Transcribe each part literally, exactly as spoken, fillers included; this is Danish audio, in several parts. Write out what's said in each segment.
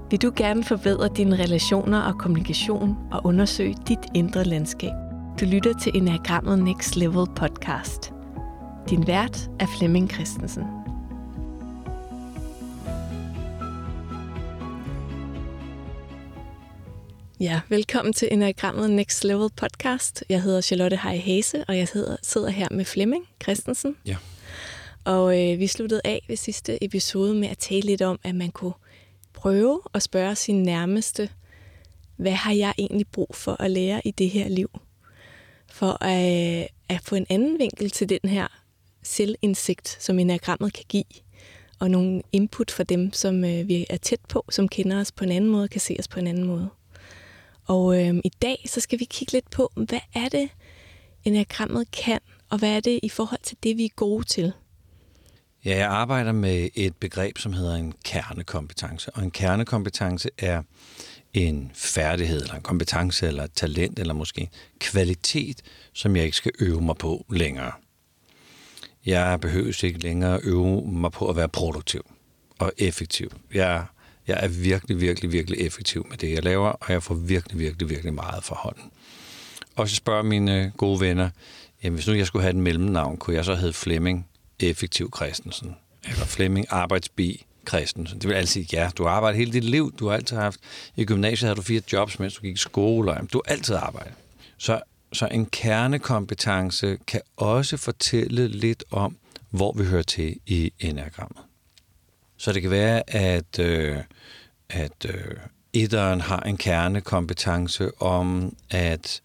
Vil du gerne forbedre dine relationer og kommunikation og undersøge dit indre landskab? Du lytter til Enneagrammet Next Level podcast. Din vært er Flemming Christensen. Ja, velkommen til Enneagrammet Next Level podcast. Jeg hedder Charlotte Heje Hase, og jeg sidder, sidder her med Flemming Christensen. Ja. Og øh, vi sluttede af ved sidste episode med at tale lidt om, at man kunne prøve at spørge sin nærmeste, hvad har jeg egentlig brug for at lære i det her liv? For at, at få en anden vinkel til den her selvindsigt, som enneagrammet kan give, og nogle input fra dem, som øh, vi er tæt på, som kender os på en anden måde, kan se os på en anden måde. Og øh, i dag så skal vi kigge lidt på, hvad er det, enneagrammet kan, og hvad er det i forhold til det, vi er gode til? Ja, jeg arbejder med et begreb, som hedder en kernekompetence. Og en kernekompetence er en færdighed, eller en kompetence, eller et talent, eller måske kvalitet, som jeg ikke skal øve mig på længere. Jeg behøver ikke længere øve mig på at være produktiv og effektiv. Jeg, jeg er virkelig, virkelig, virkelig effektiv med det, jeg laver, og jeg får virkelig, virkelig, virkelig meget for hånden. Og så spørger mine gode venner, jamen hvis nu jeg skulle have et mellemnavn, kunne jeg så hedde Flemming Effektiv Christensen, eller Flemming Arbejdsbi Christensen. Det vil altså sige, ja, du har arbejdet hele dit liv, du har altid haft, i gymnasiet havde du fire jobs, mens du gik i skole, og du har altid arbejdet. Så, så en kernekompetence kan også fortælle lidt om, hvor vi hører til i enneagrammet. Så det kan være, at, øh, at øh, etteren har en kernekompetence om at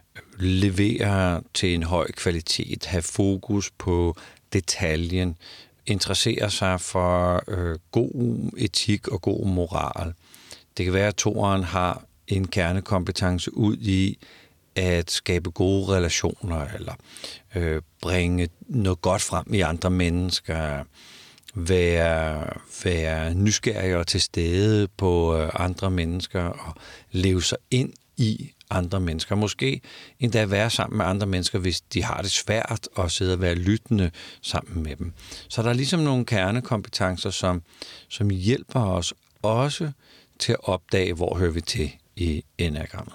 levere til en høj kvalitet, have fokus på detaljen, interessere sig for øh, god etik og god moral. Det kan være, at toeren har en kernekompetence ud i at skabe gode relationer, eller øh, bringe noget godt frem i andre mennesker, være, være nysgerrig og til stede på øh, andre mennesker, og leve sig ind i andre mennesker. Måske endda være sammen med andre mennesker, hvis de har det svært, og sidde og være lyttende sammen med dem. Så der er ligesom nogle kernekompetencer, som, som hjælper os også til at opdage, hvor hører vi til i enneagrammet.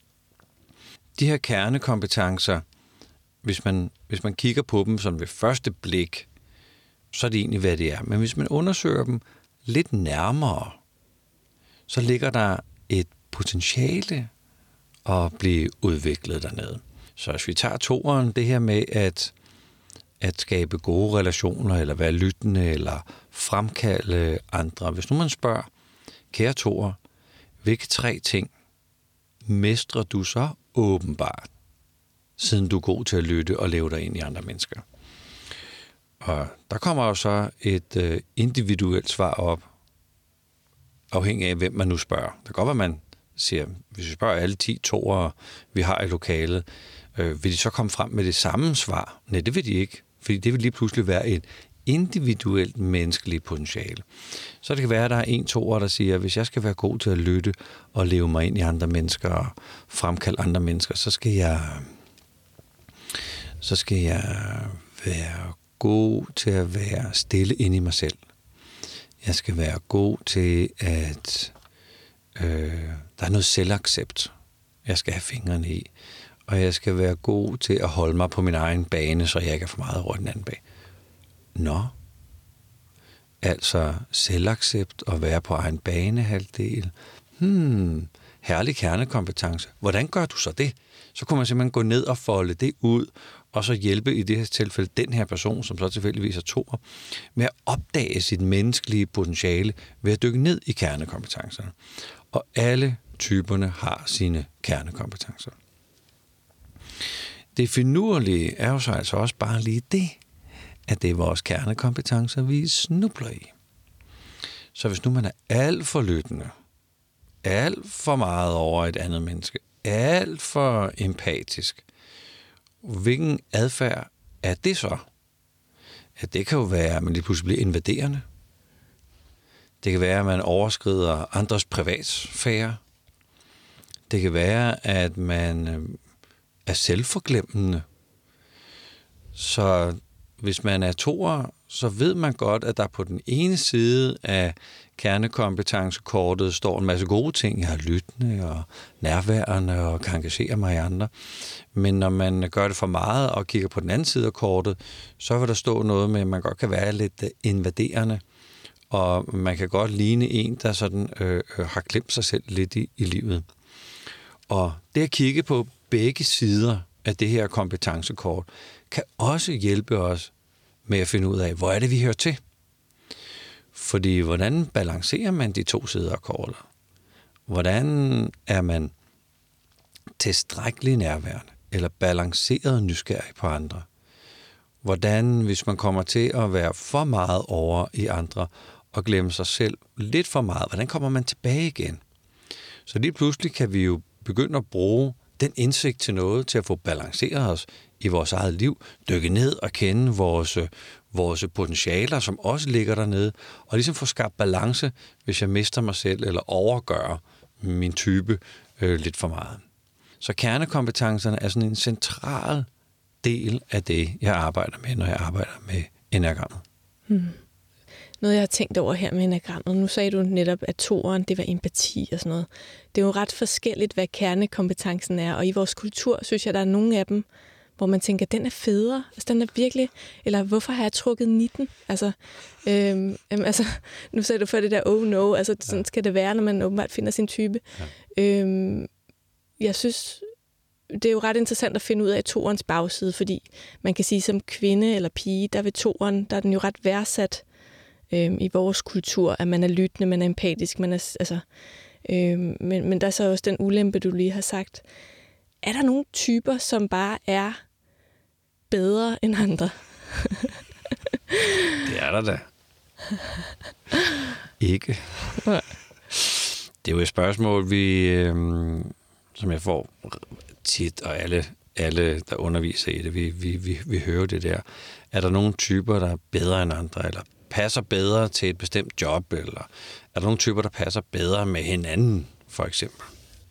De her kernekompetencer, hvis man, hvis man kigger på dem som ved første blik, så er det egentlig, hvad det er. Men hvis man undersøger dem lidt nærmere, så ligger der et potentiale at blive udviklet dernede. Så hvis vi tager toeren, det her med at, at skabe gode relationer, eller være lyttende, eller fremkalde andre. Hvis nu man spørger, kære toer, hvilke tre ting mestrer du så åbenbart, siden du er god til at lytte og leve dig ind i andre mennesker? Og der kommer jo så et øh, individuelt svar op, afhængig af, hvem man nu spørger. Det kan godt være, man siger, hvis vi spørger alle ti toere, vi har i lokalet, øh, vil de så komme frem med det samme svar? Nej, det vil de ikke, fordi det vil lige pludselig være et individuelt menneskeligt potentiale. Så det kan være, at der er en toer, der siger, hvis jeg skal være god til at lytte og leve mig ind i andre mennesker og fremkalde andre mennesker, så skal jeg, så skal jeg være god til at være stille inde i mig selv. Jeg skal være god til at øh, der er noget selvaccept, jeg skal have fingrene i, og jeg skal være god til at holde mig på min egen bane, så jeg ikke er for meget over den anden bag. Nå, altså selvaccept og være på egen banehalvdel. Hmm, herlig kernekompetence. Hvordan gør du så det? Så kunne man simpelthen gå ned og folde det ud, og så hjælpe i det her tilfælde den her person, som så tilfældigvis er toer, med at opdage sit menneskelige potentiale ved at dykke ned i kernekompetencerne. Og alle typerne har sine kernekompetencer. Det finurlige er jo så altså også bare lige det, at det er vores kernekompetencer, vi snubler i. Så hvis nu man er alt for lyttende, alt for meget over et andet menneske, alt for empatisk, hvilken adfærd er det så? Ja, det kan jo være, at man lige pludselig bliver invaderende. Det kan være, at man overskrider andres privatsfære. Det kan være, at man er selvforglemmende. Så hvis man er toer, så ved man godt, at der på den ene side af kernekompetencekortet står en masse gode ting. Jeg er lyttende og nærværende og kan engagere mig i andre. Men når man gør det for meget og kigger på den anden side af kortet, så vil der stå noget med, at man godt kan være lidt invaderende, og man kan godt ligne en, der sådan øh, har glemt sig selv lidt i, i livet. Og det at kigge på begge sider af det her kompetencekort, kan også hjælpe os med at finde ud af, hvor er det, vi hører til. Fordi hvordan balancerer man de to sider af kortet? Hvordan er man tilstrækkelig nærværende eller balanceret nysgerrig på andre? Hvordan, hvis man kommer til at være for meget over i andre og glemme sig selv lidt for meget, hvordan kommer man tilbage igen? Så lige pludselig kan vi jo begynde at bruge den indsigt til noget, til at få balanceret os i vores eget liv, dykke ned og kende vores, vores potentialer, som også ligger dernede, og ligesom få skabt balance, hvis jeg mister mig selv eller overgør min type øh, lidt for meget. Så kernekompetencerne er sådan en central del af det, jeg arbejder med, når jeg arbejder med enagrammet. Hmm. Noget, jeg har tænkt over her med enagrammet. Nu sagde du netop, at toeren, det var empati og sådan noget. Det er jo ret forskelligt, hvad kernekompetencen er, og i vores kultur, synes jeg, der er nogle af dem, hvor man tænker, den er federe, altså den er virkelig, eller hvorfor har jeg trukket nitten? Altså, øhm, øhm, altså nu sagde du før det der, oh no, altså sådan skal det være, når man åbenbart finder sin type. Ja. Øhm, jeg synes, det er jo ret interessant at finde ud af toerens bagside, fordi man kan sige, som kvinde eller pige, der ved toeren, der er den jo ret værdsat øhm, i vores kultur, at man er lyttende, man er empatisk, man er, altså, øhm, men, men der er så også den ulempe, du lige har sagt. Er der nogle typer, som bare er bedre end andre? Det er der da. Ikke. Det er jo et spørgsmål, vi, øhm, som jeg får tit, og alle, alle der underviser i det, vi, vi, vi, vi hører det der. Er der nogle typer, der er bedre end andre, eller passer bedre til et bestemt job, eller er der nogle typer, der passer bedre med hinanden, for eksempel?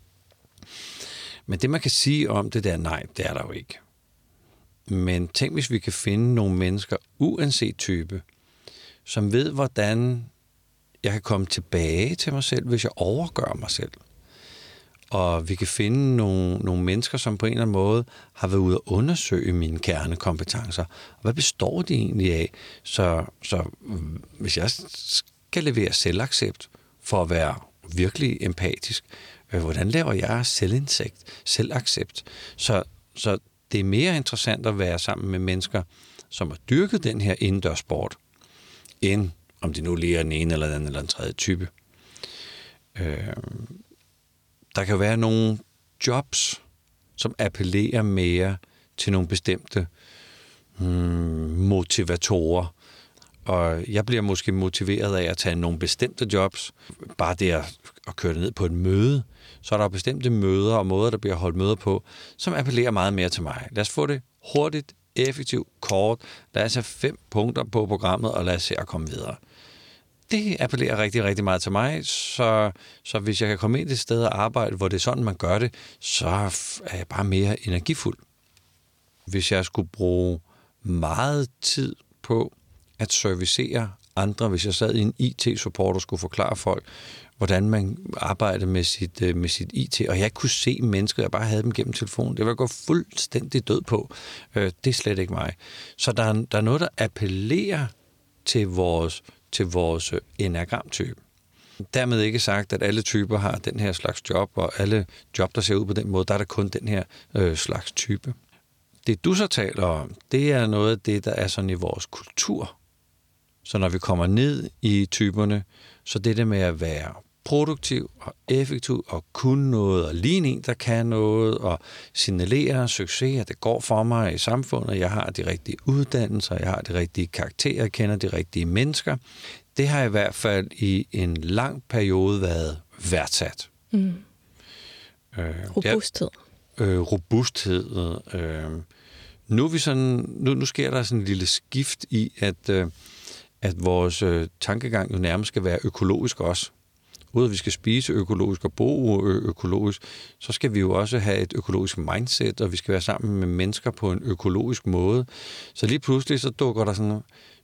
Men det, man kan sige om det der, nej, det er der jo ikke. Men tænk, hvis vi kan finde nogle mennesker, uanset type, som ved, hvordan jeg kan komme tilbage til mig selv, hvis jeg overgør mig selv. Og vi kan finde nogle, nogle mennesker, som på en eller anden måde har været ude at undersøge mine kernekompetencer. Og hvad består de egentlig af? Så, så hvis jeg skal levere selvaccept for at være virkelig empatisk, hvordan laver jeg selvindsigt, selvaccept? Så, så det er mere interessant at være sammen med mennesker, som har dyrket den her indendørsport, end om de nu lige er den ene eller den anden eller den tredje type. Øh, der kan jo være nogle jobs, som appellerer mere til nogle bestemte hmm, motivatorer. Og jeg bliver måske motiveret af at tage nogle bestemte jobs. Bare det at, at køre ned på et møde, så er der bestemte møder og måder, der bliver holdt møder på, som appellerer meget mere til mig. Lad os få det hurtigt, effektivt, kort. Lad os have fem punkter på programmet, og lad os se at komme videre. Det appellerer rigtig, rigtig meget til mig, så, så hvis jeg kan komme ind et sted og arbejde, hvor det er sådan, man gør det, så er jeg bare mere energifuld. Hvis jeg skulle bruge meget tid på at servicere andre, hvis jeg sad i en I T-support og skulle forklare folk, hvordan man arbejder med sit, med sit I T, og jeg ikke kunne se mennesker, jeg bare havde dem gennem telefonen. Det var gå fuldstændig død på. Det er slet ikke mig. Så der er, der er noget, der appellerer til vores, til vores enagramtype. Dermed ikke sagt, at alle typer har den her slags job, og alle job, der ser ud på den måde, der er der kun den her øh, slags type. Det, du så taler om, det er noget af det, der er sådan i vores kultur. Så når vi kommer ned i typerne, så det der med at være produktiv og effektiv og kunne noget og ligne en, der kan noget og signalere succes, at det går for mig i samfundet, jeg har de rigtige uddannelser, jeg har de rigtige karakterer, jeg kender de rigtige mennesker. Det har i hvert fald i en lang periode været værdsat. Mm. Øh, robusthed. Der, øh, robusthed. Øh, nu, er vi sådan, nu, nu sker der sådan en lille skift i, at øh, at vores øh, tankegang jo nærmest skal være økologisk også. Ude at vi skal spise økologisk og bo ø- økologisk, så skal vi jo også have et økologisk mindset, og vi skal være sammen med mennesker på en økologisk måde. Så lige pludselig så dukker der sådan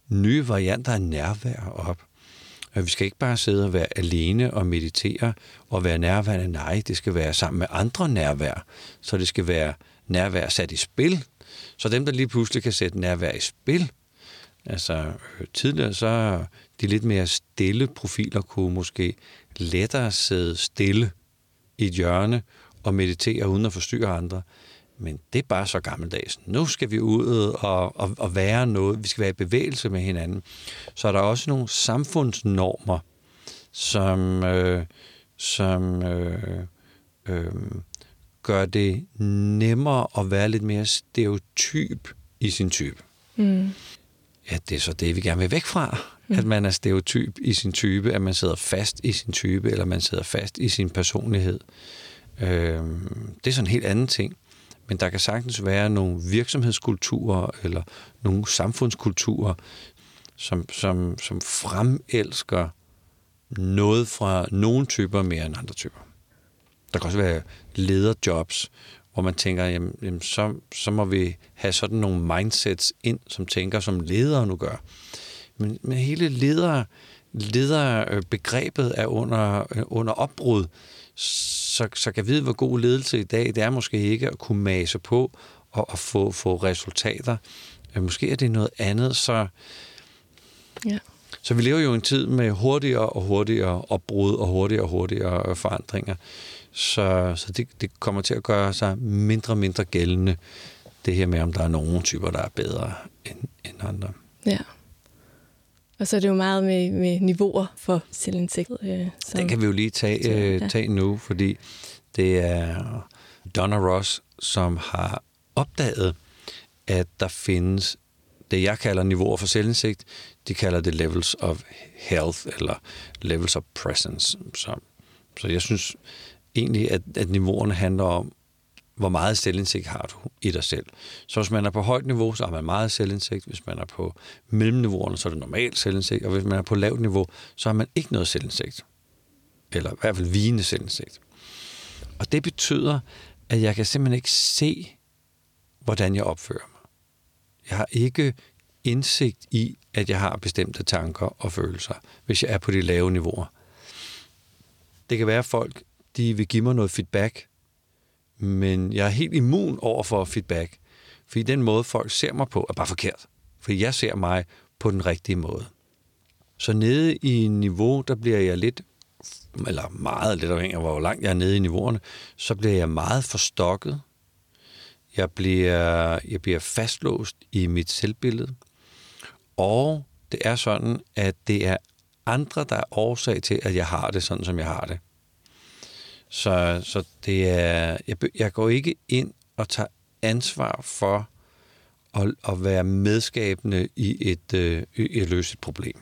nye varianter af nærvær op. Vi skal ikke bare sidde og være alene og meditere og være nærværende. Nej, det skal være sammen med andre nærvær. Så det skal være nærvær sat i spil. Så dem, der lige pludselig kan sætte nærvær i spil, altså tidligere så de lidt mere stille profiler kunne måske lettere sidde stille i et hjørne og meditere uden at forstyrre andre. Men det er bare så gammeldags. Nu skal vi ud og, og, og være noget. Vi skal være i bevægelse med hinanden. Så er der også nogle samfundsnormer, som, øh, som øh, øh, gør det nemmere at være lidt mere stereotyp i sin type. Mm. Ja, det er så det, vi gerne vil væk fra. Mm. At man er stereotyp i sin type, at man sidder fast i sin type, eller man sidder fast i sin personlighed. Øh, det er sådan en helt anden ting. Men der kan sagtens være nogle virksomhedskulturer eller nogle samfundskulturer, som, som, som fremelsker noget fra nogle typer mere end andre typer. Der kan også være lederjobs, hvor man tænker, jamen, jamen så, så må vi have sådan nogle mindsets ind, som tænker, som ledere nu gør. Men, men hele leder, lederbegrebet er under, under opbrud. Så, så kan vide, hvor god ledelse i dag, det er måske ikke at kunne mase på og, og få, få resultater. Måske er det noget andet, så... Ja. Så vi lever jo en tid med hurtigere og hurtigere opbrud og hurtigere og hurtigere forandringer. Så, så det, det kommer til at gøre sig mindre og mindre gældende, det her med, om der er nogle typer, der er bedre end, end andre. Ja. Og så er det jo meget med, med niveauer for selvindsigt. Øh, som... Den kan vi jo lige tage, øh, ja. tage nu, fordi det er Donna Ross, som har opdaget, at der findes det, jeg kalder niveauer for selvindsigt. De kalder det levels of health, eller levels of presence. Så, så jeg synes egentlig, at, at niveauerne handler om, hvor meget selvindsigt har du i dig selv. Så hvis man er på højt niveau, så har man meget selvindsigt. Hvis man er på mellemniveauerne, så er det normalt selvindsigt. Og hvis man er på lavt niveau, så har man ikke noget selvindsigt. Eller i hvert fald vigende selvindsigt. Og det betyder, at jeg kan simpelthen ikke se, hvordan jeg opfører mig. Jeg har ikke indsigt i, at jeg har bestemte tanker og følelser, hvis jeg er på de lave niveauer. Det kan være, at folk de vil give mig noget feedback, men jeg er helt immun over for feedback, fordi den måde, folk ser mig på, er bare forkert. Fordi jeg ser mig på den rigtige måde. Så nede i niveau, der bliver jeg lidt, eller meget lidt afhængig af, hvor langt jeg er nede i niveauerne, så bliver jeg meget forstokket. Jeg bliver, jeg bliver fastlåst i mit selvbillede. Og det er sådan, at det er andre, der er årsag til, at jeg har det sådan, som jeg har det. Så, så det er, jeg, jeg går ikke ind og tager ansvar for at, at være medskabende i et, øh, i at løse et problem.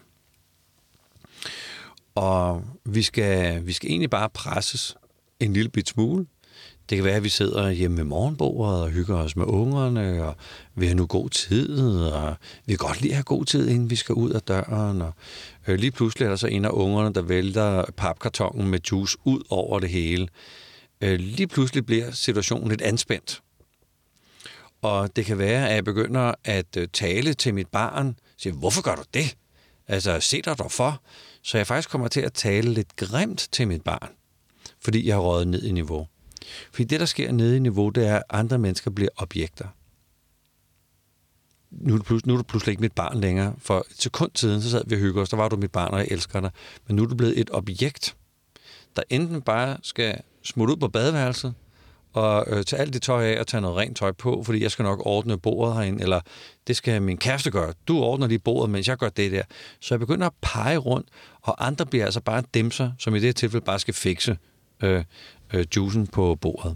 Og vi skal, vi skal egentlig bare presses en lille bit smule. Det kan være, at vi sidder hjemme ved morgenbordet og hygger os med ungerne, og vi har nu god tid, og vi kan godt lige have god tid, inden vi skal ud af døren. Og øh, lige pludselig er der så en af ungerne, der vælter papkartongen med juice ud over det hele. Øh, lige pludselig bliver situationen lidt anspændt. Og det kan være, at jeg begynder at øh, tale til mit barn, siger, hvorfor gør du det? Altså, se dig dog for. Så jeg faktisk kommer til at tale lidt grimt til mit barn, fordi jeg har røget ned i niveau. Fordi det, der sker nede i niveau, det er, at andre mennesker bliver objekter. Nu er, du pludselig, nu er du pludselig ikke mit barn længere. For et sekund siden, så sad vi og hyggede os. Der var du mit barn, og jeg elsker dig. Men nu er du blevet et objekt, der enten bare skal smutte ud på badeværelset, og øh, tage alt det tøj af og tage noget rent tøj på, fordi jeg skal nok ordne bordet herinde, eller det skal min kæreste gøre. Du ordner lige bordet, mens jeg gør det der. Så jeg begynder at pege rundt, og andre bliver altså bare dimser, som i det her tilfælde bare skal fikse øh, øh, juicen på bordet.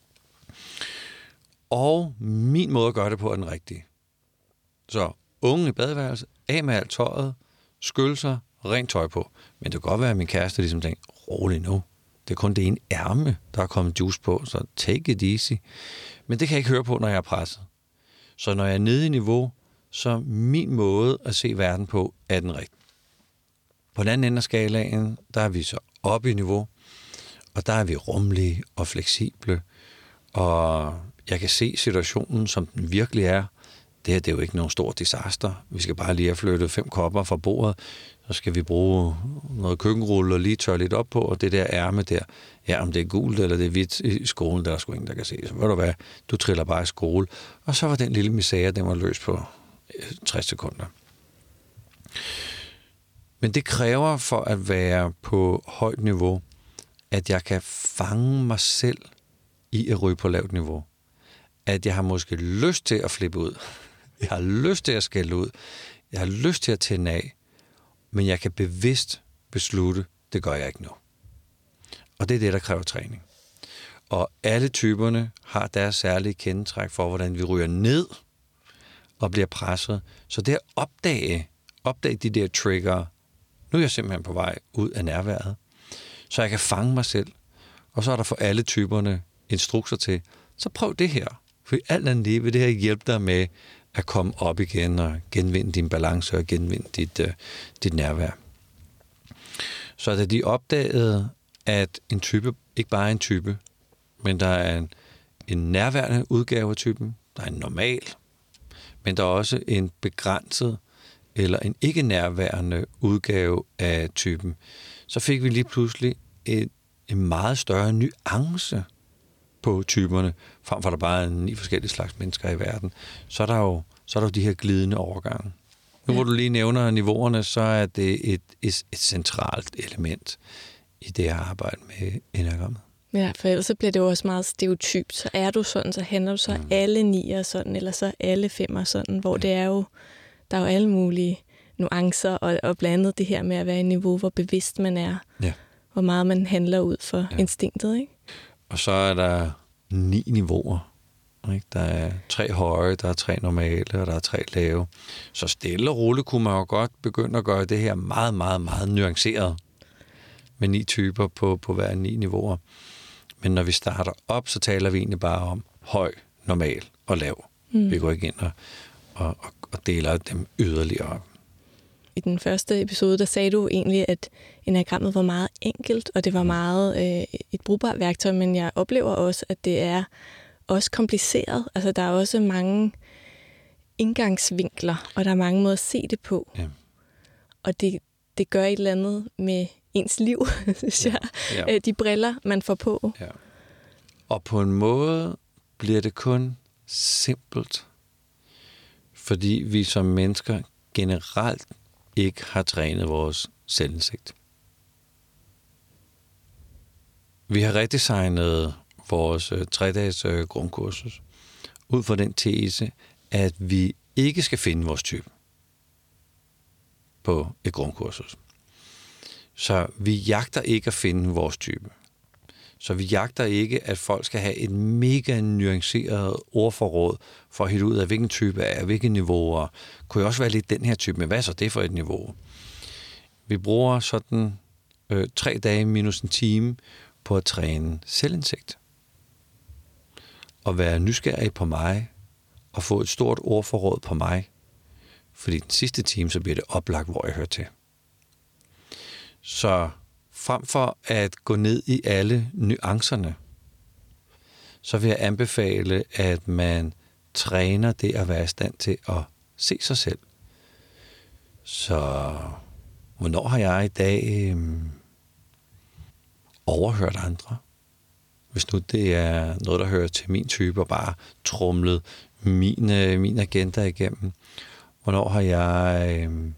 Og min måde at gøre det på er den rigtige. Så unge i badeværelset, af med alt tøjet, skylle sig, rent tøj på. Men det kan godt være, at min kæreste ligesom tænker, rolig nu. Det er kun det ene ærme, der er kommet juice på, så take it easy. Men det kan jeg ikke høre på, når jeg er presset. Så når jeg er nede i niveau, så min måde at se verden på er den rigtige. På den anden ende af skalaen, der er vi så oppe i niveau, og der er vi rummelige og fleksible, og jeg kan se situationen, som den virkelig er. det her det er jo ikke nogen stor disaster. Vi skal bare lige have flyttet fem kopper fra bordet, så skal vi bruge noget køkkenrulle og lige tørre lidt op på, og det der ærme der, ja, om det er gult eller det er hvidt i skolen, der er sgu ingen, der kan se. Så ved du hvad, du triller bare i skole. Og så var den lille misære, den var løs på tres sekunder. Men det kræver for at være på højt niveau, at jeg kan fange mig selv i at ryge på lavt niveau. At jeg har måske lyst til at flippe ud. Jeg har lyst til at skælde ud. Jeg har lyst til at tænde af. Men jeg kan bevidst beslutte, det gør jeg ikke nu. Og det er det, der kræver træning. Og alle typerne har deres særlige kendetræk for, hvordan vi ryger ned og bliver presset. Så det at opdage, opdage de der trigger, nu er jeg simpelthen på vej ud af nærværet, så jeg kan fange mig selv. Og så er der for alle typerne instrukser til, så prøv det her. For alt andet lige vil det her hjælpe dig med at komme op igen og genvinde din balance og genvinde dit, uh, dit nærvær. Så da de opdagede, at en type ikke bare er en type, men der er en, en nærværende udgave af typen, der er en normal, men der er også en begrænset eller en ikke nærværende udgave af typen, så fik vi lige pludselig en, en meget større nuance på typerne, frem for der bare er ni forskellige slags mennesker i verden. Så er der jo, så er der jo de her glidende overgange. Nu hvor du lige nævner niveauerne, så er det et, et, et centralt element i det her arbejde med enagrammet. Ja, for ellers så bliver det jo også meget stereotypt. Så er du sådan, så handler du så mm. alle nier sådan, eller så alle femmer sådan, hvor ja. det er jo, der er jo alle mulige nuancer, og, og blandet det her med at være i niveau, hvor bevidst man er, ja. hvor meget man handler ud for ja. instinktet, ikke? Og så er der ni niveauer. Ikke? Der er tre høje, der er tre normale, og der er tre lave. Så stille og roligt kunne man jo godt begynde at gøre det her meget, meget, meget nuanceret med ni typer på, på hver ni niveauer. Men når vi starter op, så taler vi egentlig bare om høj, normal og lav. Mm. Vi går ikke ind og, og, og deler dem yderligere op. I den første episode, der sagde du egentlig, at enagrammet var meget enkelt, og det var meget øh, et brugbart værktøj, men jeg oplever også, at det er også kompliceret. Altså, der er også mange indgangsvinkler, og der er mange måder at se det på. Ja. Og det, det gør et eller andet med ens liv, synes jeg. Ja. Ja. De briller, man får på. Ja. Og på en måde bliver det kun simpelt, fordi vi som mennesker generelt ikke har trænet vores selvindsigt. Vi har redesignet vores øh, tre-dages øh, grundkursus ud fra den tese, at vi ikke skal finde vores type på et grundkursus. Så vi jagter ikke at finde vores type. Så vi jagter ikke, at folk skal have et mega nuanceret ordforråd for at hitte ud af, hvilken type er, hvilke niveauer. Kunne jo også være lidt den her type, men hvad er så det for et niveau? Vi bruger sådan øh, tre dage minus en time på at træne selvindsigt. Og være nysgerrig på mig, og få et stort ordforråd på mig. Fordi den sidste time, så bliver det oplagt, hvor jeg hører til. Så frem for at gå ned i alle nuancerne, så vil jeg anbefale, at man træner det at være i stand til at se sig selv. Så hvornår har jeg i dag øhm, overhørt andre? Hvis nu det er noget, der hører til min type, og bare trumlet min, øh, min agenda igennem. Hvornår har jeg øhm,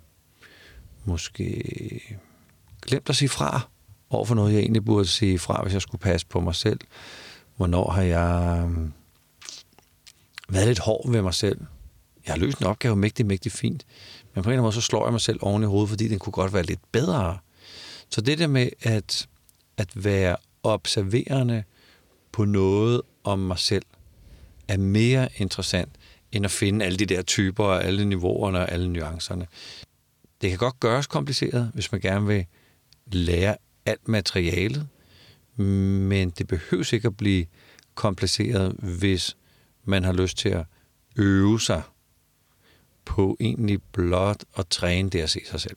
måske glemt at sige fra over for noget, jeg egentlig burde sige fra, hvis jeg skulle passe på mig selv? Hvornår har jeg øhm, været lidt hård ved mig selv? Jeg har løst en opgave mægtig, mægtig fint, men på en eller anden måde, så slår jeg mig selv oven i hovedet, fordi den kunne godt være lidt bedre. Så det der med at, at være observerende på noget om mig selv, er mere interessant, end at finde alle de der typer, og alle niveauerne og alle nuancerne. Det kan godt gøres kompliceret, hvis man gerne vil lære alt materialet, men det behøves ikke at blive kompliceret, hvis man har lyst til at øve sig på egentlig blot at træne det at se sig selv.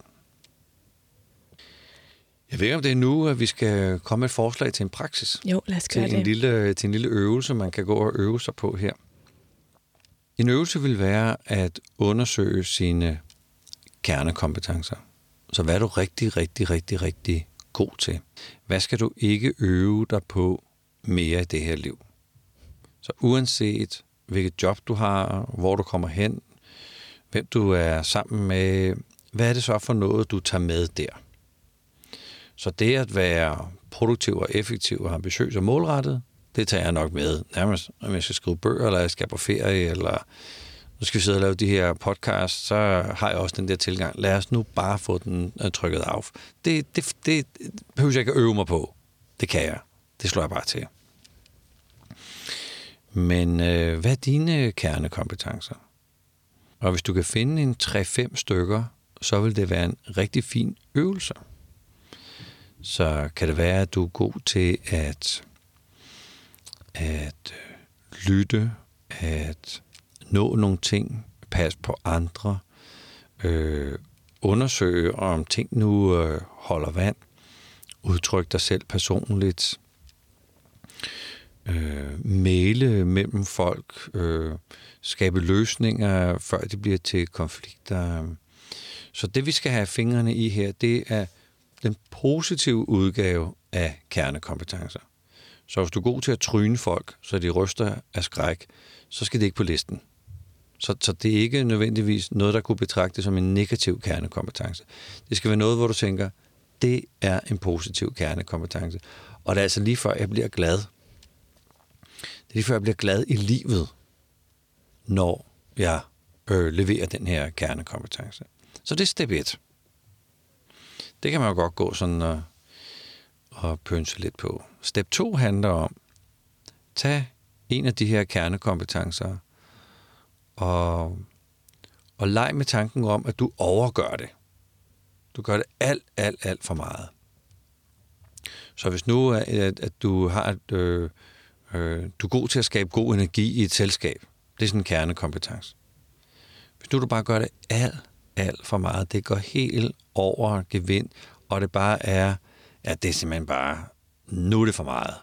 Jeg ved ikke, om det er nu, at vi skal komme med et forslag til en praksis. Jo, lad os gøre til en det. Lille, til en lille øvelse, man kan gå og øve sig på her. En øvelse vil være at undersøge sine kernekompetencer. Så hvad er du rigtig, rigtig, rigtig, rigtig god til? Hvad skal du ikke øve dig på mere i det her liv? Så uanset hvilket job du har, hvor du kommer hen, hvem du er sammen med, hvad er det så for noget, du tager med der? Så det at være produktiv og effektiv og ambitiøs og målrettet, det tager jeg nok med. Nærmest, om jeg skal skrive bøger, eller jeg skal på ferie, eller nu skal vi sidde og lave de her podcasts, så har jeg også den der tilgang. Lad os nu bare få den trykket af. Det, det, det behøver jeg ikke at øve mig på. Det kan jeg. Det slår jeg bare til. Men øh, hvad er dine kernekompetencer? Og hvis du kan finde en tre fem stykker, så vil det være en rigtig fin øvelse. Så kan det være, at du er god til at, at lytte, at nå nogle ting, passe på andre, øh, undersøge om ting nu øh, holder vand, udtryk dig selv personligt, øh, mæle mellem folk, øh, skabe løsninger, før det bliver til konflikter. Så det, vi skal have fingrene i her, det er den positive udgave af kernekompetencer. Så hvis du er god til at tryne folk, så de ryster af skræk, så skal det ikke på listen. Så, så det er ikke nødvendigvis noget, der kunne betragtes som en negativ kernekompetence. Det skal være noget, hvor du tænker, det er en positiv kernekompetence. Og det er altså lige før, jeg bliver glad. Det er lige før, jeg bliver glad i livet, når jeg øh, leverer den her kernekompetence. Så det er step et. Det kan man jo godt gå sådan og, og pønse lidt på. Step to handler om, tag en af de her kernekompetencer og, og leg med tanken om, at du overgør det. Du gør det alt, alt, alt for meget. Så hvis nu at, at du har et, øh, øh, du er god til at skabe god energi i et selskab, det er sådan en kernekompetence. Hvis nu du bare gør det alt, alt for meget, det går helt over gevind, og det bare er, ja, det er simpelthen bare, nu er det for meget.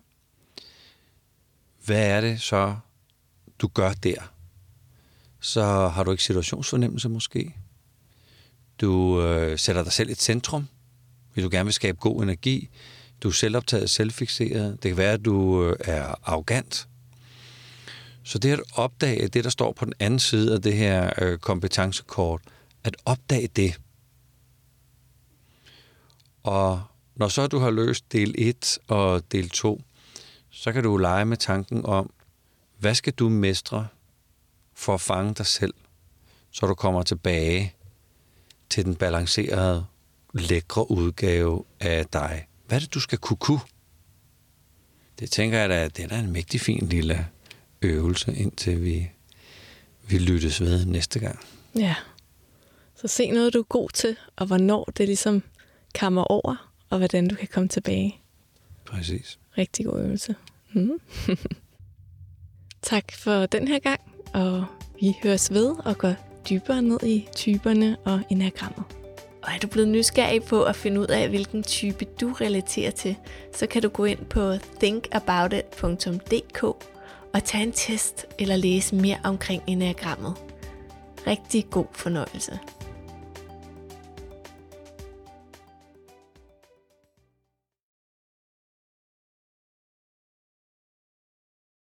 Hvad er det så, du gør der? Så har du ikke situationsfornemmelse måske. Du øh, sætter dig selv i et centrum, hvis du gerne vil skabe god energi. Du er selvoptaget, selvfixeret. Det kan være, at du øh, er arrogant. Så det at opdage det, der står på den anden side af det her øh, kompetencekort, at opdage det. Og når så du har løst del et og del to, så kan du lege med tanken om, hvad skal du mestre for at fange dig selv, så du kommer tilbage til den balancerede, lækre udgave af dig. Hvad er det, du skal kunne kunne? Det tænker jeg da, det er da en mægtig fin lille øvelse, indtil vi, vi lyttes ved næste gang. Ja, så se noget, du er god til, og hvornår det ligesom kammer over, og hvordan du kan komme tilbage. Præcis. Rigtig god øvelse. Mm. Tak for den her gang, og vi høres ved og går dybere ned i typerne og enagrammet. Og er du blevet nysgerrig på at finde ud af, hvilken type du relaterer til, så kan du gå ind på think about it punktum d k og tage en test eller læse mere omkring enagrammet. Rigtig god fornøjelse.